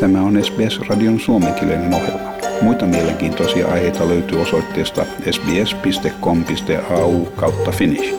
Tämä on SBS-radion suomenkielinen ohjelma. Muita mielenkiintoisia aiheita löytyy osoitteesta sbs.com.au/finnish.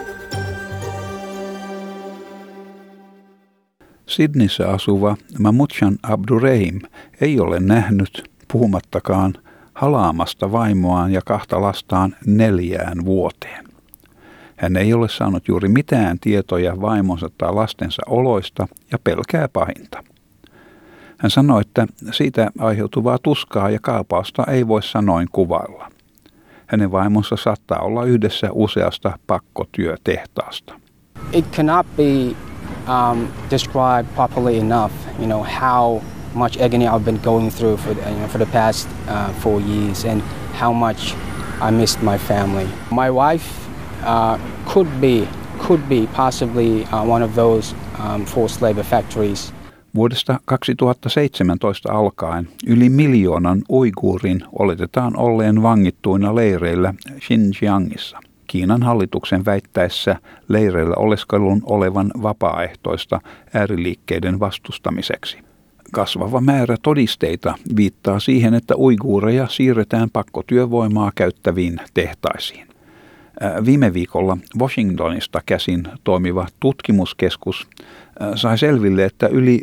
Sydneyssä asuva Mamutjan Abdurrahim ei ole nähnyt, puhumattakaan halaamasta vaimoaan ja 2 lastaan 4 vuoteen. Hän ei ole saanut juuri mitään tietoja vaimonsa tai lastensa oloista ja pelkää pahinta. Hän sanoi, että siitä aiheutuvaa tuskaa ja kaapausta ei voi sanoin kuvailla. Hänen vaimonsa saattaa olla yhdessä useasta pakkotyötehtaasta. It cannot be described properly enough, how much agony I've been going through for the past 4 years and how much I missed my family. My wife could be possibly one of those forced labor factories. Vuodesta 2017 alkaen yli 1 miljoonan uiguurin oletetaan olleen vangittuina leireillä Xinjiangissa. Kiinan hallituksen väittäessä leireillä oleskelun olevan vapaaehtoista ääriliikkeiden vastustamiseksi. Kasvava määrä todisteita viittaa siihen, että uiguureja siirretään pakkotyövoimaa käyttäviin tehtaisiin. Viime viikolla Washingtonista käsin toimiva tutkimuskeskus sai selville, että yli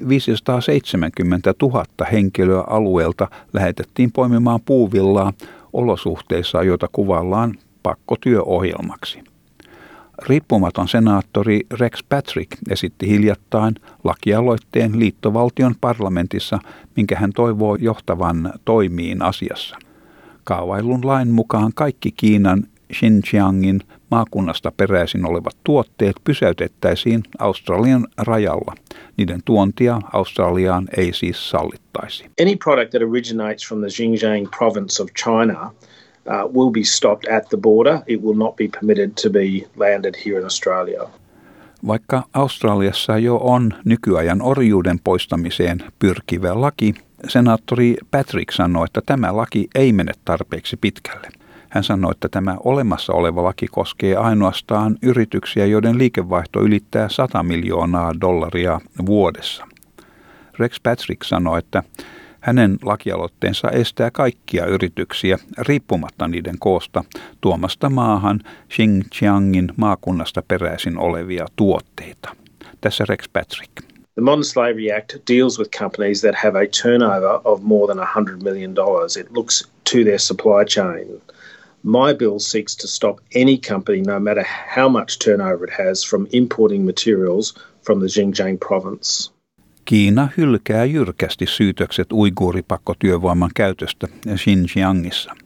570 000 henkilöä alueelta lähetettiin poimimaan puuvillaa olosuhteissa, joita kuvaillaan pakkotyöohjelmaksi. Riippumaton senaattori Rex Patrick esitti hiljattain lakialoitteen liittovaltion parlamentissa, minkä hän toivoo johtavan toimiin asiassa. Kaavaillun lain mukaan kaikki Kiinan Xinjiangin maakunnasta peräisin olevat tuotteet pysäytettäisiin Australian rajalla. Niiden tuontia Australiaan ei siis sallittaisi. Any product that originates from the Xinjiang province of China will be stopped at the border. It will not be permitted to be landed here in Australia. Vaikka Australiassa jo on nykyajan orjuuden poistamiseen pyrkivä laki, senaattori Patrick sanoi, että tämä laki ei mene tarpeeksi pitkälle. Hän sanoi, että tämä olemassa oleva laki koskee ainoastaan yrityksiä, joiden liikevaihto ylittää $100 miljoonaa vuodessa. Rex Patrick sanoi, että hänen lakialoitteensa estää kaikkia yrityksiä, riippumatta niiden koosta, tuomasta maahan Xinjiangin maakunnasta peräisin olevia tuotteita. Tässä Rex Patrick. The Modern Slavery Act deals with companies that have a turnover of more than $100 million. It looks to their supply chain. My bill seeks to stop any company, no matter how much turnover it has, from importing materials from the Xinjiang province. Kiina hylkää jyrkästi syytökset uiguuripakkotyövoiman käytöstä Xinjiangissa.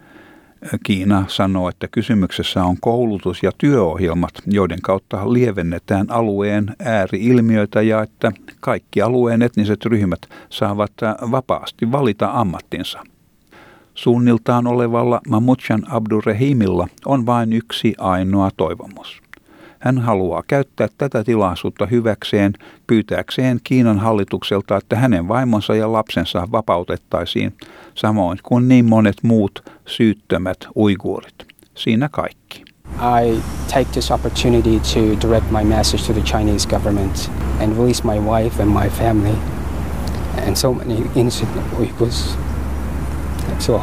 Kiina sanoo, että kysymyksessä on koulutus- ja työohjelmat, joiden kautta lievennetään alueen ääri-ilmiöitä ja että kaikki alueen etniset ryhmät saavat vapaasti valita ammattinsa. Suunniltaan olevalla Mamutjan Abdurrahimilla on vain yksi ainoa toivomus. Hän haluaa käyttää tätä tilaisuutta hyväkseen pyytääkseen Kiinan hallitukselta, että hänen vaimonsa ja lapsensa vapautettaisiin, samoin kuin niin monet muut syyttömät uiguurit. Siinä kaikki. I take this opportunity to direct my message to the Chinese government and release my wife and my family and so many innocent Uyghurs. That's all.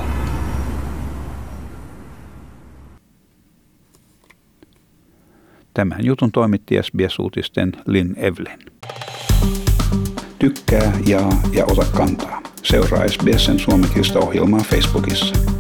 Tämän jutun toimitti SBS-uutisten Lynn Evelyn. Tykkää, jaa ja ota kantaa. Seuraa SBS:n suomenkielistä ohjelmaa Facebookissa.